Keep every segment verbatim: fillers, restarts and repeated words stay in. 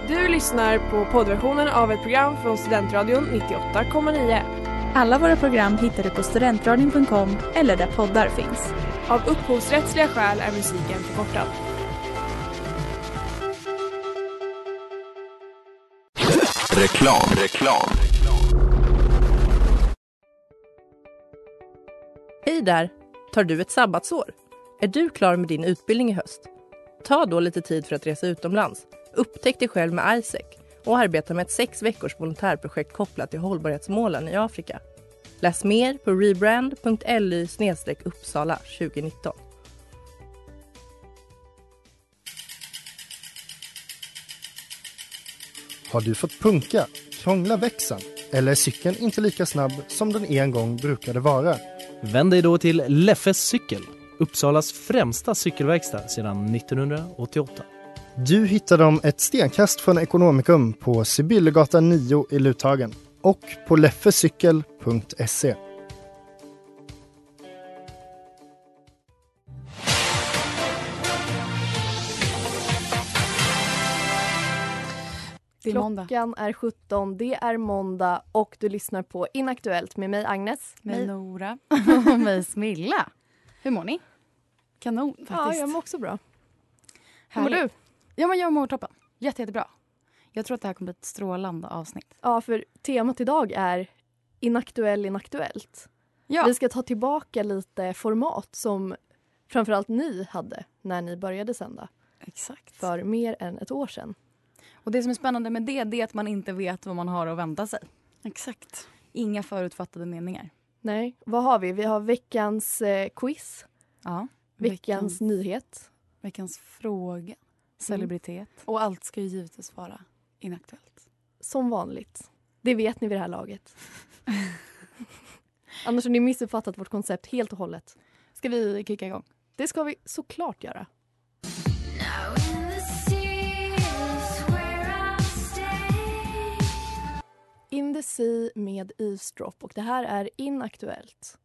Du lyssnar på poddversionen av ett program från Studentradion nittioåtta komma nio. Alla våra program hittar du på studentradion punkt com eller där poddar finns. Av upphovsrättsliga skäl är musiken förkortad. Reklam, reklam. Hej där! Tar du ett sabbatsår? Är du klar med din utbildning i höst? Ta då lite tid för att resa utomlands. Upptäck dig själv med Isaac och arbeta med ett sex veckors volontärprojekt kopplat till hållbarhetsmålen i Afrika. Läs mer på rebrand punkt l y slash uppsala tjugonitton. Har du fått punka, krångla växeln eller är cykeln inte lika snabb som den en gång brukade vara? Vänd dig då till Leffes cykel, Uppsalas främsta cykelverkstad sedan nittonhundraåttioåtta. Du hittar dem ett stenkast från Ekonomikum på Sibyllegatan nio i Luthagen och på leffecykel punkt se. Det är måndag. Klockan är sjutton, det är måndag och du lyssnar på Inaktuellt med mig Agnes. Med mig Nora och mig Smilla. Hur mår ni? Kanon faktiskt. Ja, jag mår också bra. Hur Härligt. mår du? Ja, men jag mår toppen. Jätte, jättebra. Jag tror att det här kommer bli ett strålande avsnitt. Ja, för temat idag är Inaktuell, inaktuellt. Ja. Vi ska ta tillbaka lite format som framförallt ni hade när ni började sända. Exakt. För mer än ett år sedan. Och det som är spännande med det, det är att man inte vet vad man har att vänta sig. Exakt. Inga förutfattade meningar. Nej, vad har vi? Vi har veckans eh, quiz. Ja. Veckans, Veckans, nyhet. veckans fråga. Celebritet. Mm. Och allt ska ju givetvis vara inaktuellt. Som vanligt. Det vet ni vid det här laget. Annars har ni missuppfattat vårt koncept helt och hållet. Ska vi kicka igång? Det ska vi såklart göra. In the Sea med Eavesdrop och det här är Inaktuellt.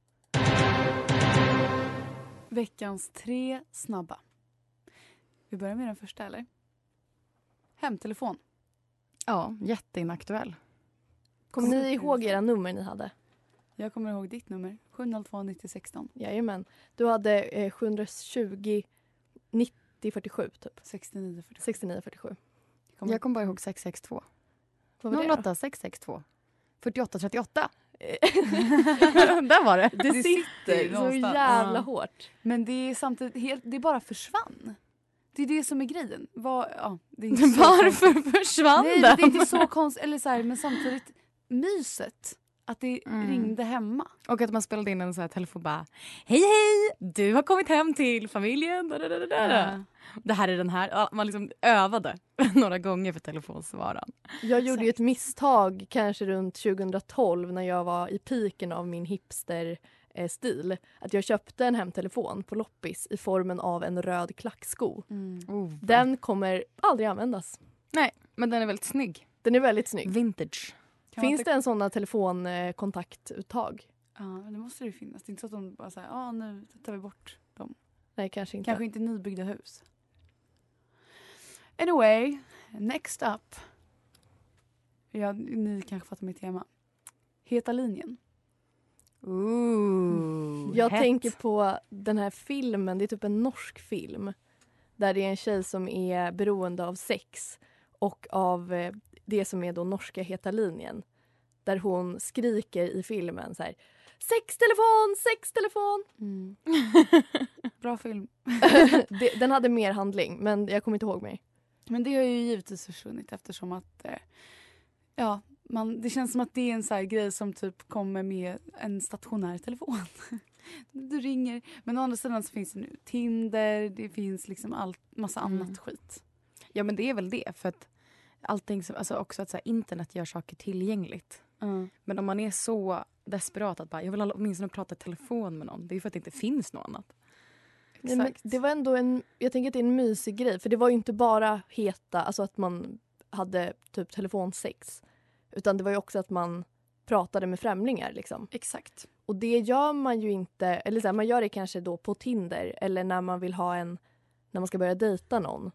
Veckans tre snabba. Vi börjar med den första, eller? Hemtelefon. Ja, jätteinaktuell. Kommer ni ihåg era nummer ni hade? Jag kommer ihåg ditt nummer. sju noll två nio ett sex. Jajamän. Du hade eh, sjuhundratjugo nittio fyrtiosju typ. sextionio fyrtiosju. sextionio fyrtiosju. Kommer... Jag kommer bara ihåg sex sex två. Vad var det noll åtta sex sex två. fyrtioåtta trettioåtta. Där var det. Det, det sitter så jävla ja. hårt. Men det är samtidigt helt, det bara försvann. Det är det som är grejen. Var, ja, det är inte så Varför konstigt. försvann Nej, den? det är inte så konstigt. Eller så här, men samtidigt myset. Att det mm. ringde hemma. Och att man spelade in en sån här telefon bara. Hej hej, du har kommit hem till familjen. Da, da, da, da. Ja. Det här är den här. Man liksom övade några gånger för telefonsvararen. Jag gjorde ju ett misstag kanske runt tjugotolv när jag var i piken av min hipster-stil. Att jag köpte en hemtelefon på loppis i formen av en röd klacksko. Mm. Oh, den kommer aldrig användas. Nej, men den är väldigt snygg. Den är väldigt snygg. Vintage. Kan Finns det en sån telefonkontaktuttag? Ja, det måste det finnas. Det är inte så att de bara säger, ja ah, nu tar vi bort dem. Nej, kanske inte. Kanske inte nybyggda hus. Anyway, next up. Ja, ni kanske fattar mitt tema. Heta linjen. Ooh, jag hett. tänker på den här filmen, det är typ en norsk film. Där det är en tjej som är beroende av sex och av eh, det som är då norska Heta linjen. Där hon skriker i filmen så här: sextelefon, sextelefon! Mm. Bra film. det, den hade mer handling, men jag kommer inte ihåg mig. Men det har ju givetvis försvunnit eftersom att eh, ja, man, det känns som att det är en så här grej som typ kommer med en stationär telefon. Du ringer. Men å andra sidan så finns det nu Tinder, det finns liksom allt, massa mm. annat skit. Ja, men det är väl det, för att allting som, alltså också att så här, internet gör saker tillgängligt. Mm. Men om man är så desperat att bara, jag vill åtminstone prata i telefon med någon, det är för att det inte finns något annat. Nej, men det var ändå en, jag tänker att det är en mysig grej, för det var ju inte bara heta, alltså att man hade typ telefonsex, utan det var ju också att man pratade med främlingar liksom. Exakt. Och det gör man ju inte, eller så här, man gör det kanske då på Tinder eller när man vill ha en, när man ska börja dejta någon.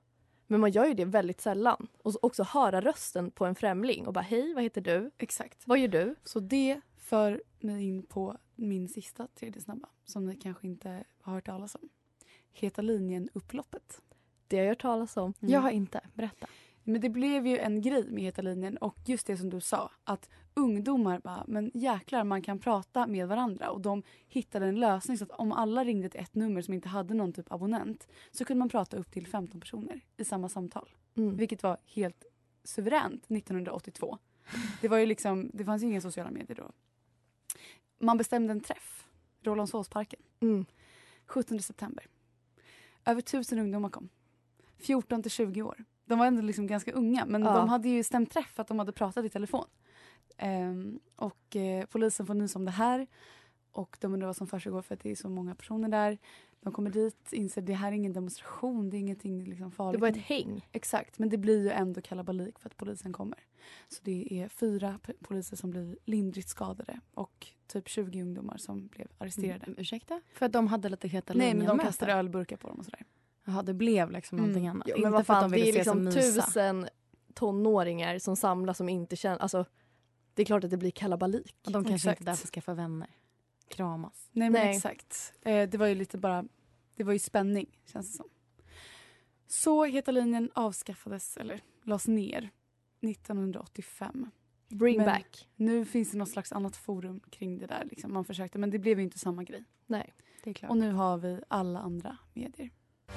Men man gör ju det väldigt sällan. Och också höra rösten på en främling och bara hej, vad heter du? Exakt. Vad gör du? Så det för mig in på min sista tredje snabba som ni kanske inte har hört talas om. Heta linjen-upploppet. Det har jag hört talas om. Mm. Jag har inte. Berätta. Men det blev ju en grej med Heta linjen och just det som du sa. Att ungdomar bara, men jäklar man kan prata med varandra. Och de hittade en lösning så att om alla ringde till ett nummer som inte hade någon typ abonnent. Så kunde man prata upp till femton personer i samma samtal. Mm. Vilket var helt suveränt nittonhundraåttiotvå. Det var ju liksom, det fanns ju inga sociala medier då. Man bestämde en träff. Rålambshovsparken. Mm. sjuttonde september. Över tusen ungdomar kom. fjorton till tjugo år. De var ändå liksom ganska unga. Men ja. de hade ju stämt träff för att de hade pratat i telefon. Ehm, och eh, polisen får nys om det här. Och de undrar vad som försiggår för att det är så många personer där. De kommer dit, inser att det här är ingen demonstration. Det är ingenting liksom farligt. Det var ett häng. Exakt, men det blir ju ändå kalabalik för att polisen kommer. Så det är fyra p- poliser som blir lindrigt skadade. Och typ tjugo ungdomar som blev arresterade. Mm, ursäkta? För att de hade lite heta Nej, linjen men de med kastade sig. ölburkar på dem och sådär. Jaha, det blev liksom Mm. någonting annat. Jo, Inte men vad för att fan, de ville det är se som liksom mysa. tusen tonåringar som samlas som inte känner... Alltså, det är klart att det blir kalabalik. Och de kanske Exakt. inte är där för att skaffa vänner. Kramas. Nej, men Nej. exakt. Eh, det var ju lite bara... Det var ju spänning, känns det som. Så Heta linjen avskaffades, eller lades ner, nittonhundraåttiofem. Bring Men- back. Nu finns det något slags annat forum kring det där. Liksom. Man försökte, men det blev ju inte samma grej. Nej. Det är klart. Och nu har vi alla andra medier.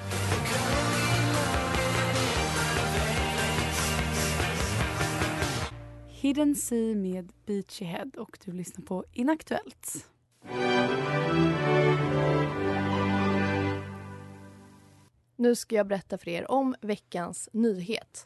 Hidden Sea med Beachy Head och du lyssnar på Inaktuellt. Nu ska jag berätta för er om veckans nyhet.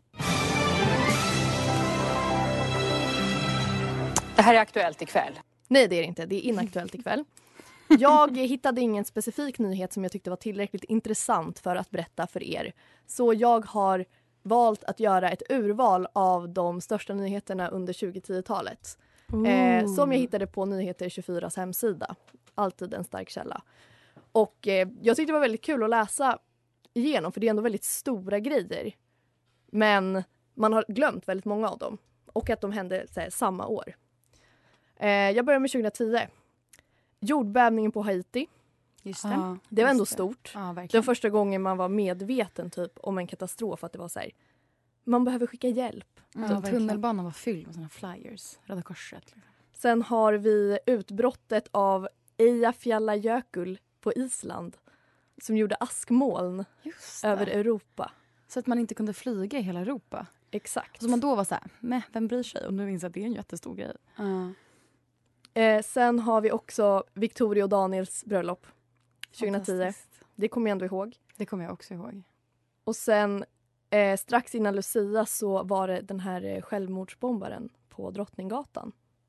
Det här är Aktuellt ikväll. Nej, det är det inte. Det är inaktuellt ikväll. Jag hittade ingen specifik nyhet som jag tyckte var tillräckligt intressant för att berätta för er. Så jag har valt att göra ett urval av de största nyheterna under tjugo-tio-talet. Eh, som jag hittade på Nyheter tjugofyras hemsida. Alltid en stark källa. Och eh, jag tyckte det var väldigt kul att läsa igenom, för det är ändå väldigt stora grejer. Men man har glömt väldigt många av dem. Och att de hände så här, samma år. Eh, jag börjar med tjugohundratio. Jordbävningen på Haiti. Just det. Ja, Det var ändå just det. stort. Ja, Det var verkligen. första gången man var medveten typ om en katastrof. Att det var så här, man behöver skicka hjälp. Mm, Ja, verkligen. tunnelbanan var fylld med såna flyers. Röda korset. Liksom. Sen har vi utbrottet av Eyjafjallajökull på Island. Som gjorde askmoln Just det. över Europa. Så att man inte kunde flyga i hela Europa. Exakt. Så man då var så här, men vem bryr sig? Och nu inser att det är en jättestor grej. Ja. Eh, sen har vi också Victoria och Daniels bröllop. tjugohundratio. Fantastiskt. Det kommer jag ändå ihåg. Det kommer jag också ihåg. Och sen eh, strax innan Lucia så var det den här eh, självmordsbombaren på Drottninggatan.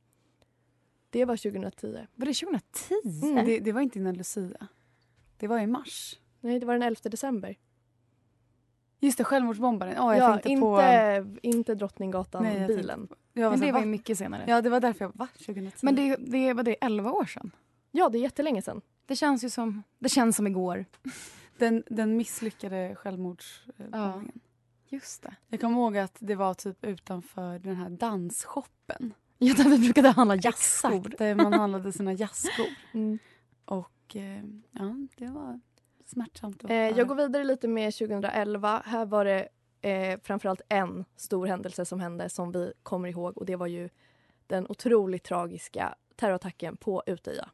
Det var tjugohundratio. Var det tjugohundratio? Mm. Det, det var inte innan Lucia. Det var i mars. Nej, det var den elfte december. Just det, självmordsbombaren. Oh, jag ja, tänkte inte, på... inte Nej, jag Drottninggatan-bilen. Jag var Men så här, det var ju va? mycket senare. Ja, det var därför jag va? tjugohundratio. Men det, det var det elva år sedan. Ja, det är jättelänge sedan. Det känns ju som, det känns som igår. Den, den misslyckade självmordsbombningen. Just det. Jag kommer ihåg att det var typ utanför den här dansshoppen. Ja, där vi brukade handla jazzskor. Exakt, där man handlade sina jazzskor. Mm. Och eh, ja, det var smärtsamt. att Eh, höra. jag går vidare lite med tjugohundraelva. Här var det eh, framförallt en stor händelse som hände som vi kommer ihåg. Och det var ju den otroligt tragiska terrorattacken på Utöja.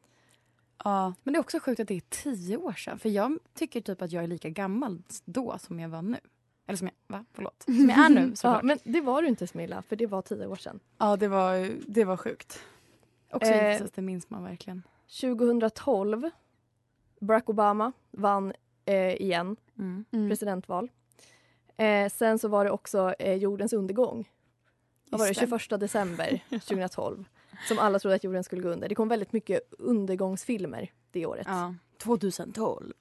Ja, Men det är också sjukt att det är tio år sedan. För jag tycker typ att jag är lika gammal då som jag var nu. Eller som jag, va? Förlåt. Som jag är nu Ja, såklart. men det var du inte, Smilla, för det var tio år sedan. ja det, var, det var sjukt. Också eh, Jesus, det minns man verkligen. tjugohundratolv, Barack Obama vann eh, igen Mm. presidentval. Eh, sen så var det också eh, jordens undergång. Vad var det? Just det. tjugoförsta december tjugohundratolv. Som alla trodde att jorden skulle gå under. Det kom väldigt mycket undergångsfilmer det året. Ja. tjugotolv.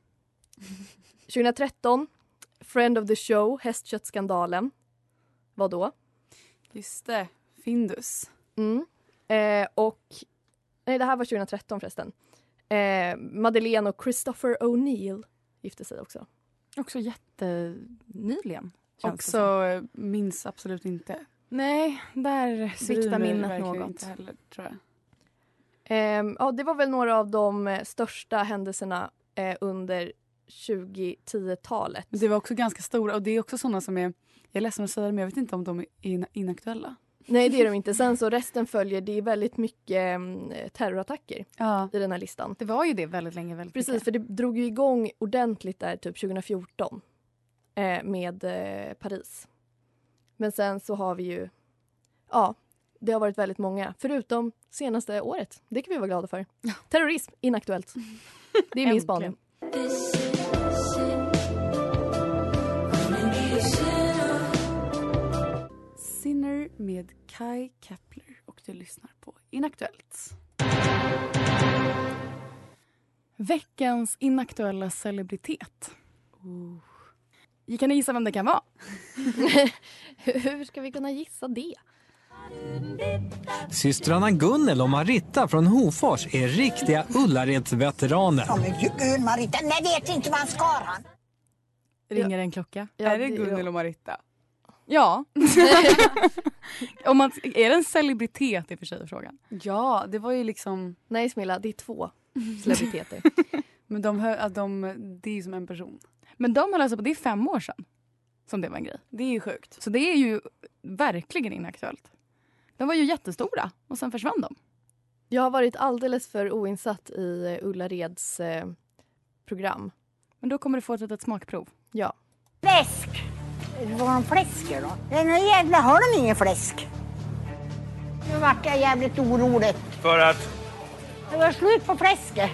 tjugohundratretton, Friend of the Show, hästköttskandalen. Vad då? Just det, Findus. Mm. Eh, och, nej, det här var tjugohundratretton förresten. Eh, Madeleine och Christopher O'Neill gifte sig också. Också jätte nyligen. Också minns absolut inte. Nej, där sviktar minnet något. Inte heller, tror jag. Um, ja, det var väl några av de eh, största händelserna eh, under tjugo-tio-talet. Det var också ganska stora och det är också sådana som är, jag är ledsen att säga det, men jag vet inte om de är in- inaktuella. Nej, det är de inte. Sen så resten följer, det är väldigt mycket eh, terrorattacker ja. i den här listan. Det var ju det väldigt länge. Väldigt Precis, mycket. för det drog ju igång ordentligt där typ tjugohundrafjorton eh, med eh, Paris. Men sen så har vi ju, ja, det har varit väldigt många. Förutom senaste året. Det kan vi vara glada för. Terrorism, inaktuellt. Det är min spaning. Sinner med Kai Kepler och du lyssnar på Inaktuellt. Veckans inaktuella celebritet. Oh. Kan ni gissa vem det kan vara? Hur ska vi kunna gissa det? Systrarna Gunnel och Marita från Hofors är riktiga Ullareds-veteraner. Ja, men gud, Marita, nej, vet inte vad han skar han. Ringer en klocka? Ja, är det Gunnel och Marita? Ja. Om man, är det en celebritet i och för sig frågan? Ja, det var ju liksom... Nej, Smilla, det är två celebriteter. Men de, hör, att de, det är ju som en person. Men de har alltså på det är fem år sedan som det var en grej. Det är ju sjukt. Så det är ju verkligen inaktuellt. De var ju jättestora och sen försvann de. Jag har varit alldeles för oinsatt i Ullareds eh, program. Men då kommer du få ett litet smakprov. Ja. Fläsk! Det var en fläsk då. Den är jävla, har de ingen fläsk? Nu vart jag jävligt orolig. För att? Det var slut på fläsket.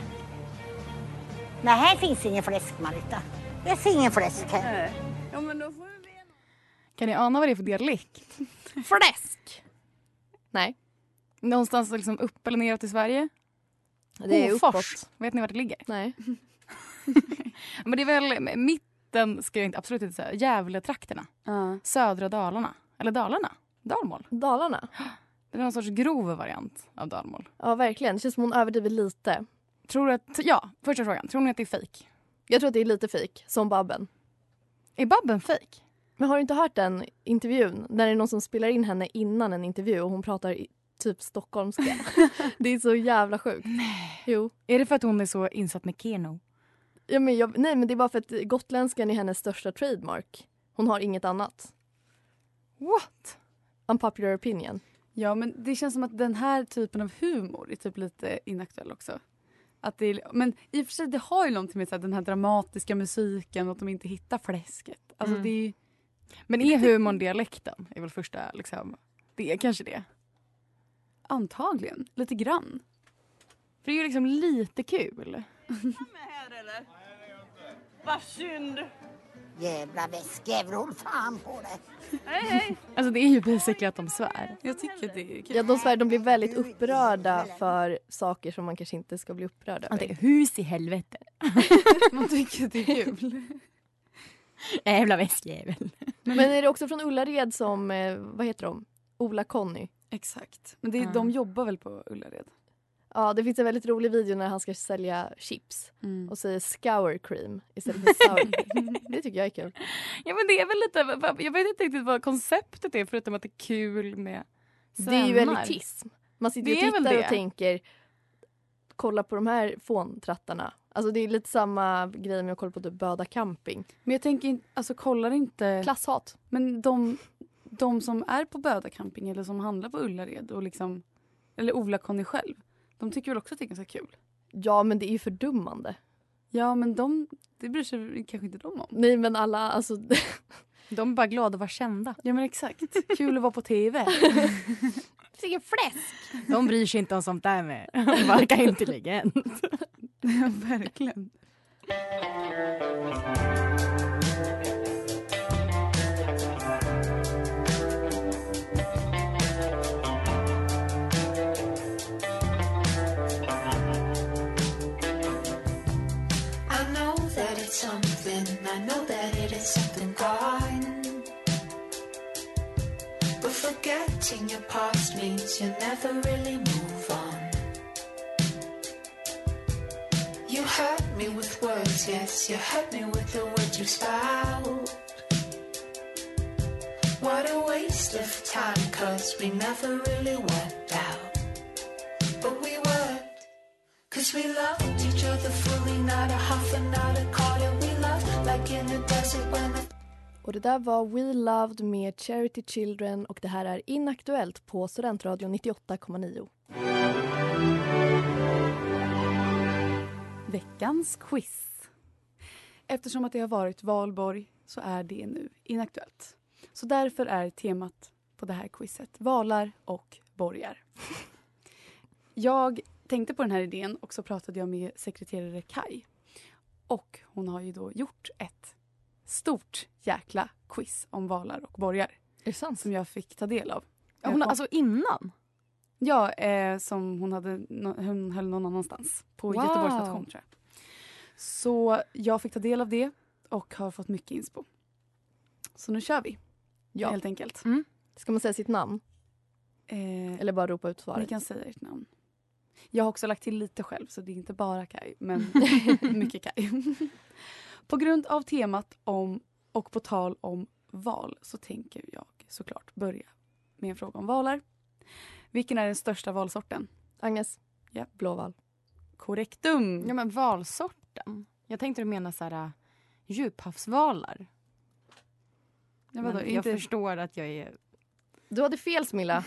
Nej, här finns ingen fläsk, Marita. Jag ser ingen fläsk här. Ja, men då får vi... Kan ni ana vad det är för dialekt? Fläsk! Nej. Någonstans liksom upp eller neråt i Sverige? Det är Hofors. uppåt. Vet ni var det ligger? Nej. Men det är väl mitten, ska jag inte absolut inte säga, Gävletrakterna. Uh. Södra Dalarna. Eller Dalarna. Dalmål. Dalarna. Det är någon sorts grov variant av dalmål. Ja, verkligen. Det känns som hon överdriver lite. Tror du att, ja, första frågan. Tror ni att det är fejk? Jag tror att det är lite fejk, som Babben. Är Babben fejk? Men har du inte hört den intervjun? När det är någon som spelar in henne innan en intervju och hon pratar i typ stockholmska. Det är så jävla sjukt. Nej. Jo. Är det för att hon är så insatt med Keno? Ja, men jag, nej, men det är bara för att gotländskan är hennes största trademark. Hon har inget annat. What? Unpopular opinion. Ja, men det känns som att den här typen av humor är typ lite inaktuell också. Att det är, men i och för sig, det har ju någonting med så här, den här dramatiska musiken och att de inte hittar fläsket. Alltså, mm. det är ju... Men är humorn dialekten? Är väl första liksom... Det är kanske det. Antagligen. Lite grann. För det är ju liksom lite kul. här, eller? Vad synd. Jävla väskjävel, håll fan på det. Hej, hej. Alltså det är ju basically att de svär. Jag tycker det är kul. Ja, de svär, de blir väldigt upprörda för saker som man kanske inte ska bli upprörd över. Det är hus i helvete. Man tycker det är kul. Jävla väskjävel. Men är det också från Ullared som, eh, vad heter de? Ola Conny. Exakt. Men det är, Mm. de jobbar väl på Ullared? Ja, det finns en väldigt rolig video när han ska sälja chips. Mm. Och säger sour cream istället för sour cream. Det tycker jag är kul. Ja, men det är väl lite... Jag vet inte riktigt vad konceptet är förutom att det är kul med Det är ju svennar. elitism. Man sitter Det ju är och väl tittar det. och tänker, kolla på de här fåntrattarna. Alltså det är lite samma grej med att kolla på typ Böda camping. Men jag tänker, alltså kollar inte... Klasshat. Men de, de som är på Böda camping eller som handlar på Ullared och liksom... Eller Ola Conny själv. De tycker väl också att det är ganska kul? Ja, men det är ju fördummande. Ja, men de... Det bryr sig kanske inte de om. Nej, men alla, alltså... De är bara glada att vara kända. Ja, men exakt. Kul att vara på tv. Vilken fläsk! De bryr sig inte om sånt där med. De verkar intelligent. Ja, verkligen. I know that it's something, I know that it is something gone. But forgetting your past means you never really move on. You hurt me with words, yes, you hurt me with the words you spout. What a waste of time, cause we never really went out. But we were, cause we loved each other fully, not a half and not a quarter. We loved like in a desert when the... Och det där var We Loved med Charity Children och det här är Inaktuellt på Studentradion nittioåtta komma nio. Veckans quiz. Eftersom att det har varit valborg så är det nu inaktuellt. Så därför är temat på det här quizet valar och borgar. Jag tänkte på den här idén och så pratade jag med sekreterare Kai. Och hon har ju då gjort ett stort jäkla quiz om valar och borgar. Är det sant? Som jag fick ta del av. Ja, hon, alltså innan? Ja, eh, som hon, hade, hon höll någon annanstans. På Wow. Göteborgs station tror jag. Så jag fick ta del av det och har fått mycket inspo. Så nu kör vi. Ja. Helt enkelt. Mm. Ska man säga sitt namn? Eh, Eller bara ropa ut svaret? Ni kan säga ert namn. Jag har också lagt till lite själv så det är inte bara Kai. Men mycket Kai. På grund av temat om och på tal om val så tänker jag såklart börja med en fråga om valar. Vilken är den största valsorten? Agnes. Ja. Blåval. Korrektum. Ja, men valsorten. Jag tänkte du menar så här djuphavsvalar. Ja, vadå, men jag inte... förstår att jag är... Du hade fel, Smilla.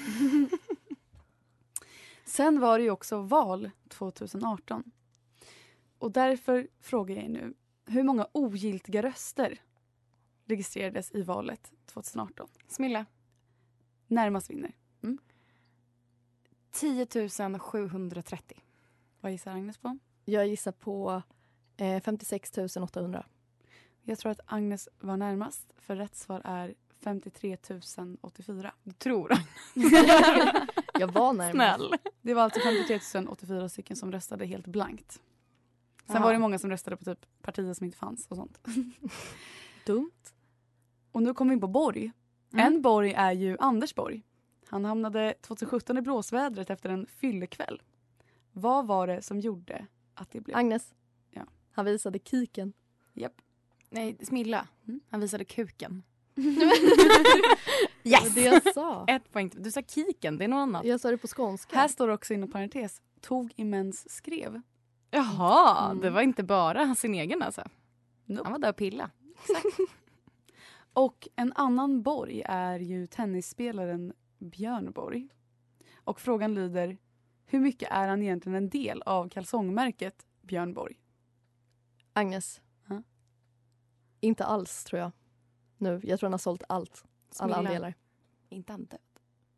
Sen var det ju också val tjugoarton. Och därför frågar jag nu. Hur många ogiltiga röster registrerades i valet tjugoarton? Smilla. Närmast vinner. Mm. tio tusen sjuhundratrettio. Vad gissar Agnes på? Jag gissar på eh, femtiosex tusen åttahundra. Jag tror att Agnes var närmast. För rätt svar är femtiotre tusen åttiofyra. Du tror. Jag var närmast. Snäll. Det var alltså femtiotre tusen åttiofyra stycken som röstade helt blankt. Sen Aha. var det många som röstade på typ partier som inte fanns och sånt. Dumt. Och nu kommer vi in på Borg. Mm. En Borg är ju Anders Borg. Han hamnade tjugosjutton i blåsvädret efter en fyllekväll. Vad var det som gjorde att det blev... Agnes. Ja. Han visade kiken. Japp. Nej, Smilla. Mm. Han visade kuken. Yes! Det var det jag sa. Ett poäng. Du sa kiken, det är något annat. Jag sa det på skånska. Här står det också inom parentes. Tog i mens skrev. Jaha, Mm. det var inte bara sin egen alltså. Nope. Han var där och pilla. Och en annan Borg är ju tennisspelaren Björn Borg. Och frågan lyder, hur mycket är han egentligen en del av kalsongmärket Björn Borg? Agnes. Huh? Inte alls, tror jag. Nu, jag tror han har sålt allt. Alla Smilla. andelar. Inte han död.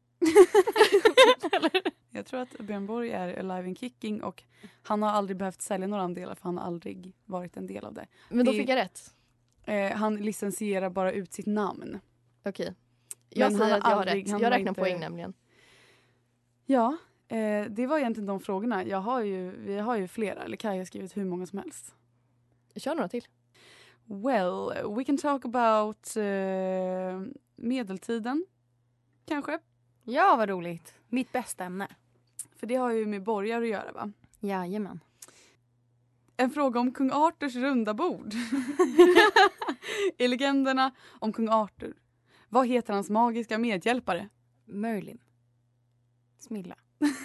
Jag tror att Björn Borg är alive and kicking och han har aldrig behövt sälja några andelar för han har aldrig varit en del av det. Men då Det- fick jag rätt. Eh, han licensierar bara ut sitt namn. Okej. Jag Men säger han att jag har aldrig- rätt. han Jag var räknar inte- poäng nämligen. Ja, eh, det var egentligen de frågorna. Jag har ju, vi har ju flera, eller Kaj har skrivit hur många som helst. Jag kör några till. Well, we can talk about eh, medeltiden, kanske. Ja, vad roligt. Mitt bästa ämne. För det har ju med borgar att göra, va? Jajamän. En fråga om kung Arthurs runda bord. I legenderna om kung Arthur. Vad heter hans magiska medhjälpare? Merlin. Smilla.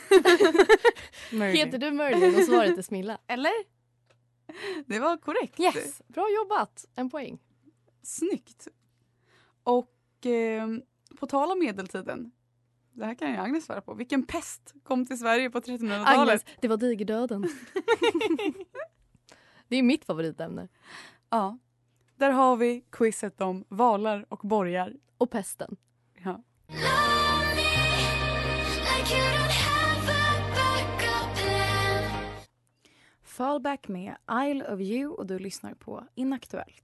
Heter du Merlin och svaret är Smilla? Eller? Det var korrekt. Yes. Bra jobbat. En poäng. Snyggt. Och eh, på tal om medeltiden. Det här kan ju Agnes svara på. Vilken pest kom till Sverige på trettonhundratalet? Agnes, det var digerdöden. Det är mitt favoritämne. Ja. Där har vi quizet om valar och borgar. Och pesten. Ja. Fallback med Isle of You och du lyssnar på Inaktuellt.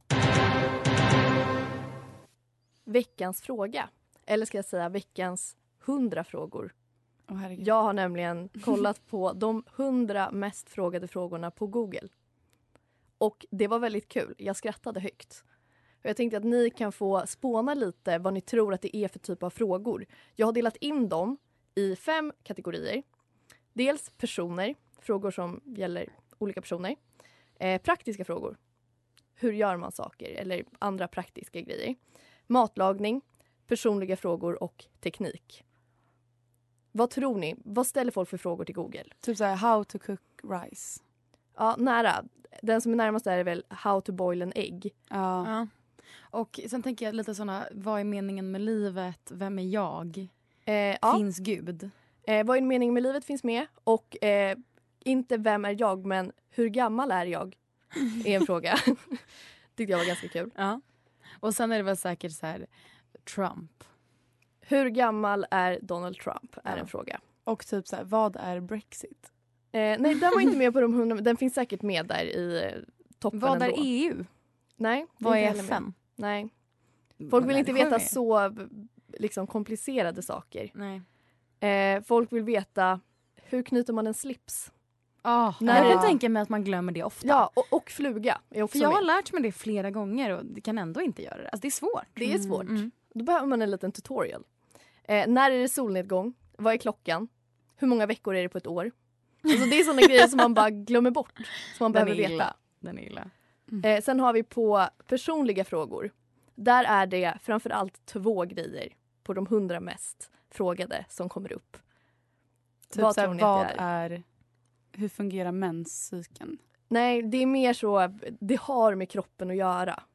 Veckans fråga. Eller ska jag säga veckans hundra frågor. Oh, herregud. Jag har nämligen kollat på de hundra mest frågade frågorna på Google. Och det var väldigt kul. Jag skrattade högt. Och jag tänkte att ni kan få spåna lite vad ni tror att det är för typ av frågor. Jag har delat in dem i fem kategorier. Dels personer, frågor som gäller olika personer. Eh, praktiska frågor. Hur gör man saker? Eller andra praktiska grejer. Matlagning. personliga frågor och teknik. Vad tror ni? Vad ställer folk för frågor till Google? Typ så här, how to cook rice. Ja, nära. Den som är närmast är väl how to boil an egg. Ja. Ja. Och sen tänker jag lite såna, vad är meningen med livet? Vem är jag? Eh, ja. Finns Gud? Eh, vad är meningen med livet finns med. Och eh, inte vem är jag, men hur gammal är jag? Är en fråga. Tyckte jag var ganska kul. Ja. Och sen är det väl säkert så här, Trump. Hur gammal är Donald Trump? Är Ja. en fråga. Och typ så här, vad är Brexit? Eh, nej, den var inte med på de hundra. Den finns säkert med där i eh, toppen Vad är ändå. E U? Nej. det Vad inte är heller F med. N? Nej. Folk Vad vill är inte det? veta Sjung så liksom, komplicerade saker. Nej. Eh, folk vill veta hur knyter man en slips? Oh, När jag det- kan tänka mig att man glömmer det ofta. Ja, och, och fluga är också För jag har med. lärt mig det flera gånger och det kan ändå inte göra det. Alltså det är svårt. Det är svårt. Mm. Då behöver man en liten tutorial. Eh, när är det solnedgång? Vad är klockan? Hur många veckor är det på ett år? Alltså det är sådana grejer som man bara glömmer bort. Som man Den behöver är illa. veta. Den är illa. Eh, sen har vi på personliga frågor. Där är det framförallt två grejer på de hundra mest frågade som kommer upp. Typ Vad så här, tror ni att vad det är? är... Hur fungerar menscykeln? Nej, det är mer så, det har med kroppen att göra.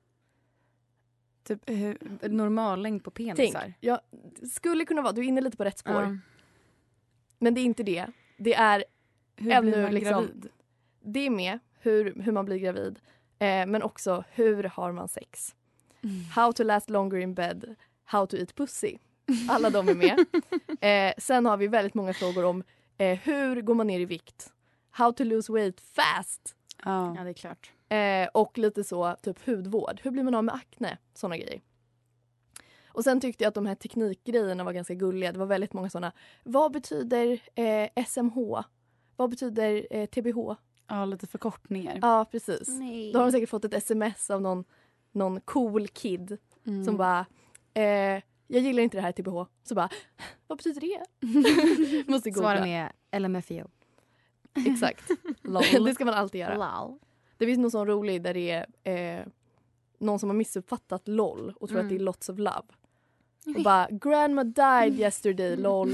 Typ hur... Normallängd på Tänk, penisar. jag skulle kunna vara, du är inne lite på rätt spår. Ja. Men det är inte det. Det är Hur ännu blir man liksom, gravid? det är med hur, hur man blir gravid. Eh, men också hur har man sex? Mm. How to last longer in bed. How to eat pussy. Alla de är med. Eh, sen har vi väldigt många frågor om eh, hur går man ner i vikt? How to lose weight fast. Ja. Ja, det är klart. Eh, och lite så, typ hudvård. Hur blir man av med akne? Såna grejer. Och sen tyckte jag att de här teknikgrejerna var ganska gulliga. Det var väldigt många såna. Vad betyder eh, S M H? Vad betyder eh, T B H? Ja, lite förkortningar. Ja, precis. Nej. Då har de säkert fått ett sms av någon, någon cool kid Mm. som bara eh, jag gillar inte det här T B H. Så bara, vad betyder det? Måste googla. Svaren är L M F A O. Exakt. Det ska man alltid göra. Lol. Det finns någon sån rolig där det är eh, någon som har missuppfattat LOL och tror Mm. att det är lots of love. Och bara, grandma died yesterday, LOL.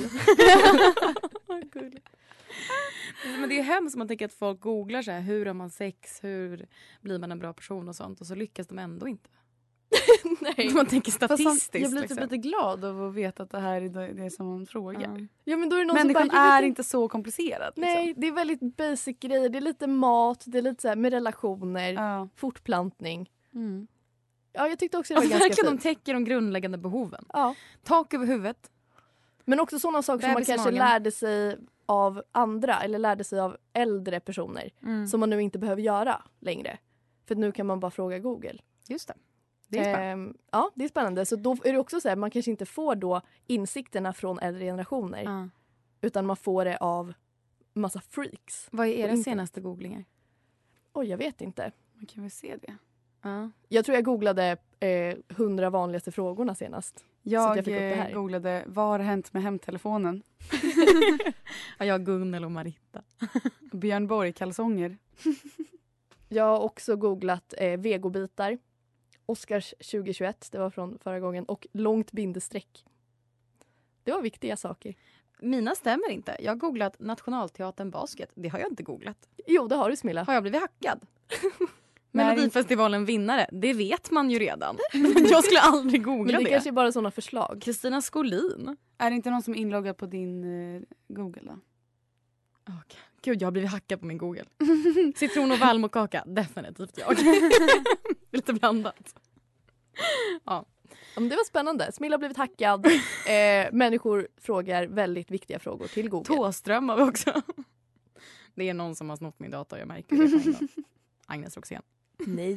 Men det är hemskt, man tänker att folk googlar så här, hur har man sex, hur blir man en bra person och sånt, och så lyckas de ändå inte. Nej. Man tänker Fast han- statistiskt. jag blir typ liksom. lite glad av att veta att det här är det, det som man frågar. Ja. Ja, men då är det någon Människan som bara, jag vet är inte så komplicerad. Liksom. Nej, det är väldigt basic grejer. Det är lite mat, det är lite så här med relationer, Ja. fortplantning. Mm. Ja, jag tyckte också det var Och ganska verkligen, de fint. täcker de grundläggande behoven. Ja. Tak över huvudet. Men också sådana saker som man Bebis i kanske magen. lärde sig av andra eller lärde sig av äldre personer Mm. som man nu inte behöver göra längre. För nu kan man bara fråga Google. Just det. Det är spännande. Ehm, ja, det är spännande. Så då är det också så här, man kanske inte får då insikterna från äldre generationer Ja. utan man får det av massa freaks. Vad är på era internet. senaste googlingar? Oj, jag vet inte. Man kan väl se det. Ja. Jag tror jag googlade eh, hundra vanligaste frågorna senast. Så att Jag, jag fick upp det här. eh, googlade vad har hänt med hemtelefonen? Ja, jag, Gunnel och Marita. Björn Borg-kalsonger. Jag har också googlat eh, vegobitar. Oscars tjugohundratjugoett, det var från förra gången. Och långt bindestreck. Det var viktiga saker. Mina stämmer inte. Jag har googlat Nationalteatern basket. Det har jag inte googlat. Jo, det har du, Smilla. Har jag blivit hackad? Nej. Melodifestivalen vinnare, det vet man ju redan. Jag skulle aldrig googla Men det det. kanske är bara sådana förslag. Kristina Skolin. Är det inte någon som är inloggad på din eh, Google då? Okay. Gud, jag har blivit hackad på min Google. Citron och valmokaka, definitivt jag. Lite blandat. Ja. Ja, men det var spännande. Smilla har blivit hackad. Eh, människor frågar väldigt viktiga frågor till Google. Tåström har vi också. Det är någon som har snott min dator, jag märker det. på en gång. Agnes Roxén. Nej.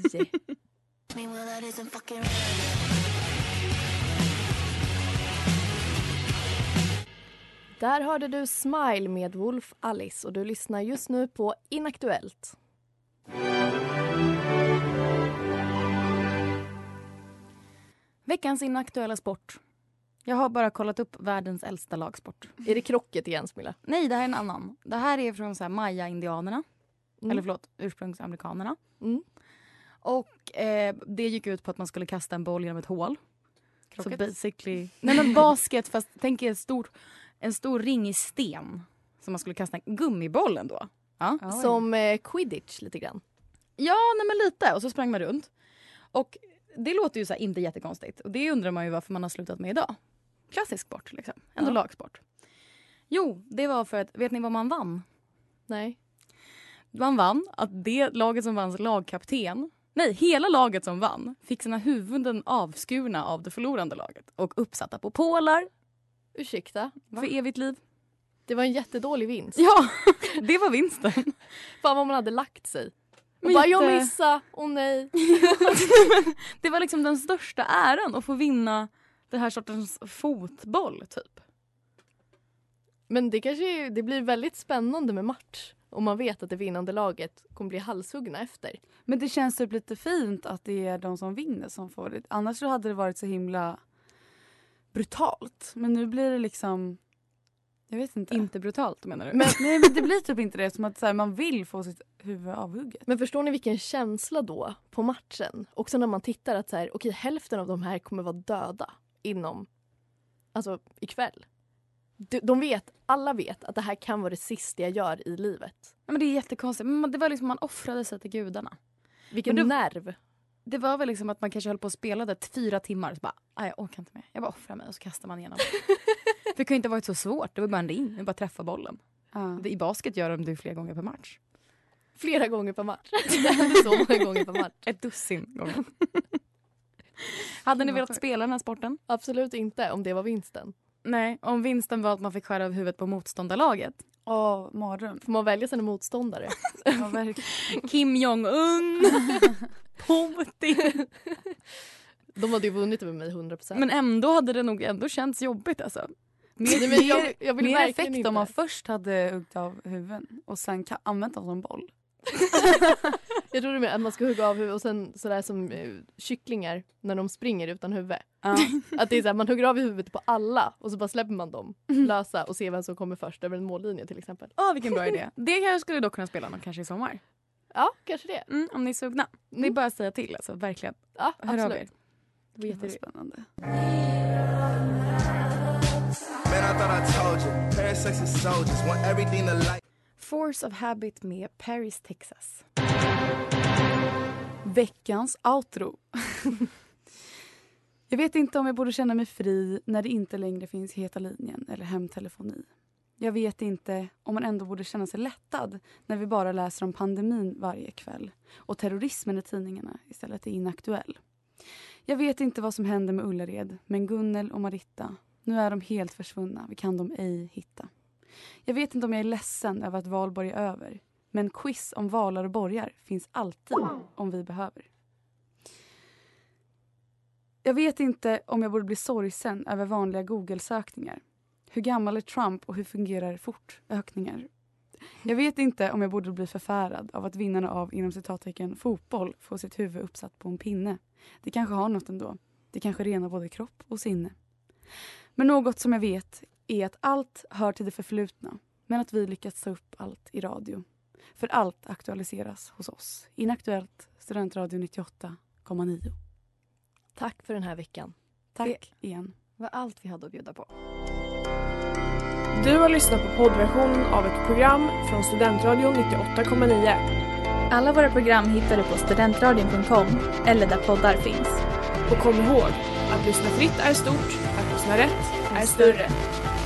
Där hörde du Smile med Wolf Alice och du lyssnar just nu på Inaktuellt. Veckans inaktuella sport. Jag har bara kollat upp världens äldsta lagsport. Är det krocket igen, Smilla? Nej, det här är en annan. Det här är från så här Maya-indianerna. Mm. Eller förlåt, ursprungsamerikanerna. Mm. Och eh, det gick ut på att man skulle kasta en boll genom ett hål. Så basically... Nej men basket, fast tänk er stor, en stor ring i sten. Som man skulle kasta en gummiboll ändå. Ja. Som eh, quidditch lite grann. Ja, nej men lite. Och så sprang man runt. Och det låter ju så här inte jättekonstigt. Och det undrar man ju varför man har slutat med idag. Klassisk sport liksom. Ändå ja. Lagsport. Jo, det var för att, vet ni vad man vann? Nej. Man vann att det laget som vanns lagkapten, nej, hela laget som vann fick sina huvuden avskurna av det förlorande laget. Och uppsatta på pålar. Ursäkta? Va? För evigt liv. Det var en jättedålig vinst. Ja, det var vinsten. Fan vad man hade lagt sig. Och Men bara, jätte... jag missade, åh oh, nej. Det var liksom den största äran att få vinna det här sortens fotboll typ. Men det kanske det blir väldigt spännande med match. Om man vet att det vinnande laget kommer bli halshuggna efter. Men det känns typ lite fint att det är de som vinner som får det. Annars så hade det varit så himla brutalt. Men nu blir det liksom... Jag vet inte. Inte brutalt menar du? Men, nej men det blir typ inte det. Som att så här, man vill få sitt huvud avhugget. Men förstår ni vilken känsla då på matchen? Också när man tittar att så här, okej, hälften av de här kommer vara döda inom, alltså ikväll. De, de vet, alla vet att det här kan vara det sista jag gör i livet. Ja, men det är jättekonstigt. Men det var liksom man offrade sig till gudarna. Vilken det, nerv. Det var väl liksom att man kanske höll på att spela det fyra timmar. Så bara, jag orkar inte mer. Jag bara offrar mig och så kastar man igenom. För det kan ju inte ha varit så svårt. Det var bara en ring. Det var bara träffa bollen. Ja. I basket gör de det flera gånger per match. Flera gånger per match. Det hände så många gånger per match. Ett dussin gånger. Hade ni velat spela den här sporten? Absolut inte, om det var vinsten. Nej, om vinsten var att man fick skära av huvudet på motståndarlaget. Åh, mardröm. Får man välja sina motståndare? Ja, verkligen. Kim Jong-un. Putin. De hade ju vunnit med mig hundra procent. Men ändå hade det nog ändå känts jobbigt alltså. Mer, Nej, men jag, jag vill mer verkligen effekt inte. om man först hade huggt av huvuden och sen ka- använt dem som boll. Jag tror det att man ska hugga av huvudet och sen sådär som eh, kycklingar när de springer utan huvud. Ja. Att det är så här, man hugger av huvudet på alla och så bara släpper man dem lösa och ser vem som kommer först över en mållinje till exempel. Åh, oh, vilken bra idé. Det jag skulle då kunna spela någon kanske i sommar. Ja, kanske det. Mm, om ni är sugna. Mm. Det är bara att säga till alltså, verkligen. Ja, hör av absolut. er. Det var jättespännande. Force of Habit med Paris, Texas. Veckans outro. Jag vet inte om jag borde känna mig fri när det inte längre finns Heta linjen eller hemtelefoni. Jag vet inte om man ändå borde känna sig lättad när vi bara läser om pandemin varje kväll och terrorismen i tidningarna istället är inaktuell. Jag vet inte vad som händer med Ullared, men Gunnel och Maritta, nu är de helt försvunna, vi kan dem ej hitta. Jag vet inte om jag är ledsen över att valborg är över, men quiz om valar och borgar finns alltid om vi behöver. Jag vet inte om jag borde bli sorgsen över vanliga Google-sökningar. Hur gammal är Trump och hur fungerar fortökningar? Jag vet inte om jag borde bli förfärad av att vinnarna av inom citattecken fotboll får sitt huvud uppsatt på en pinne. Det kanske har något ändå. Det kanske renar både kropp och sinne. Men något som jag vet är att allt hör till det förflutna. Men att vi lyckats ta upp allt i radio. För allt aktualiseras hos oss. Inaktuellt, Studentradio nittioåtta komma nio. Tack för den här veckan. Tack det igen. Var allt vi hade att bjuda på. Du har lyssnat på poddversionen av ett program från Studentradio nittioåtta komma nio. Alla våra program hittar du på studentradion punkt com eller där poddar finns. Och kom ihåg, att lyssna fritt är stort, att lyssna rätt är större.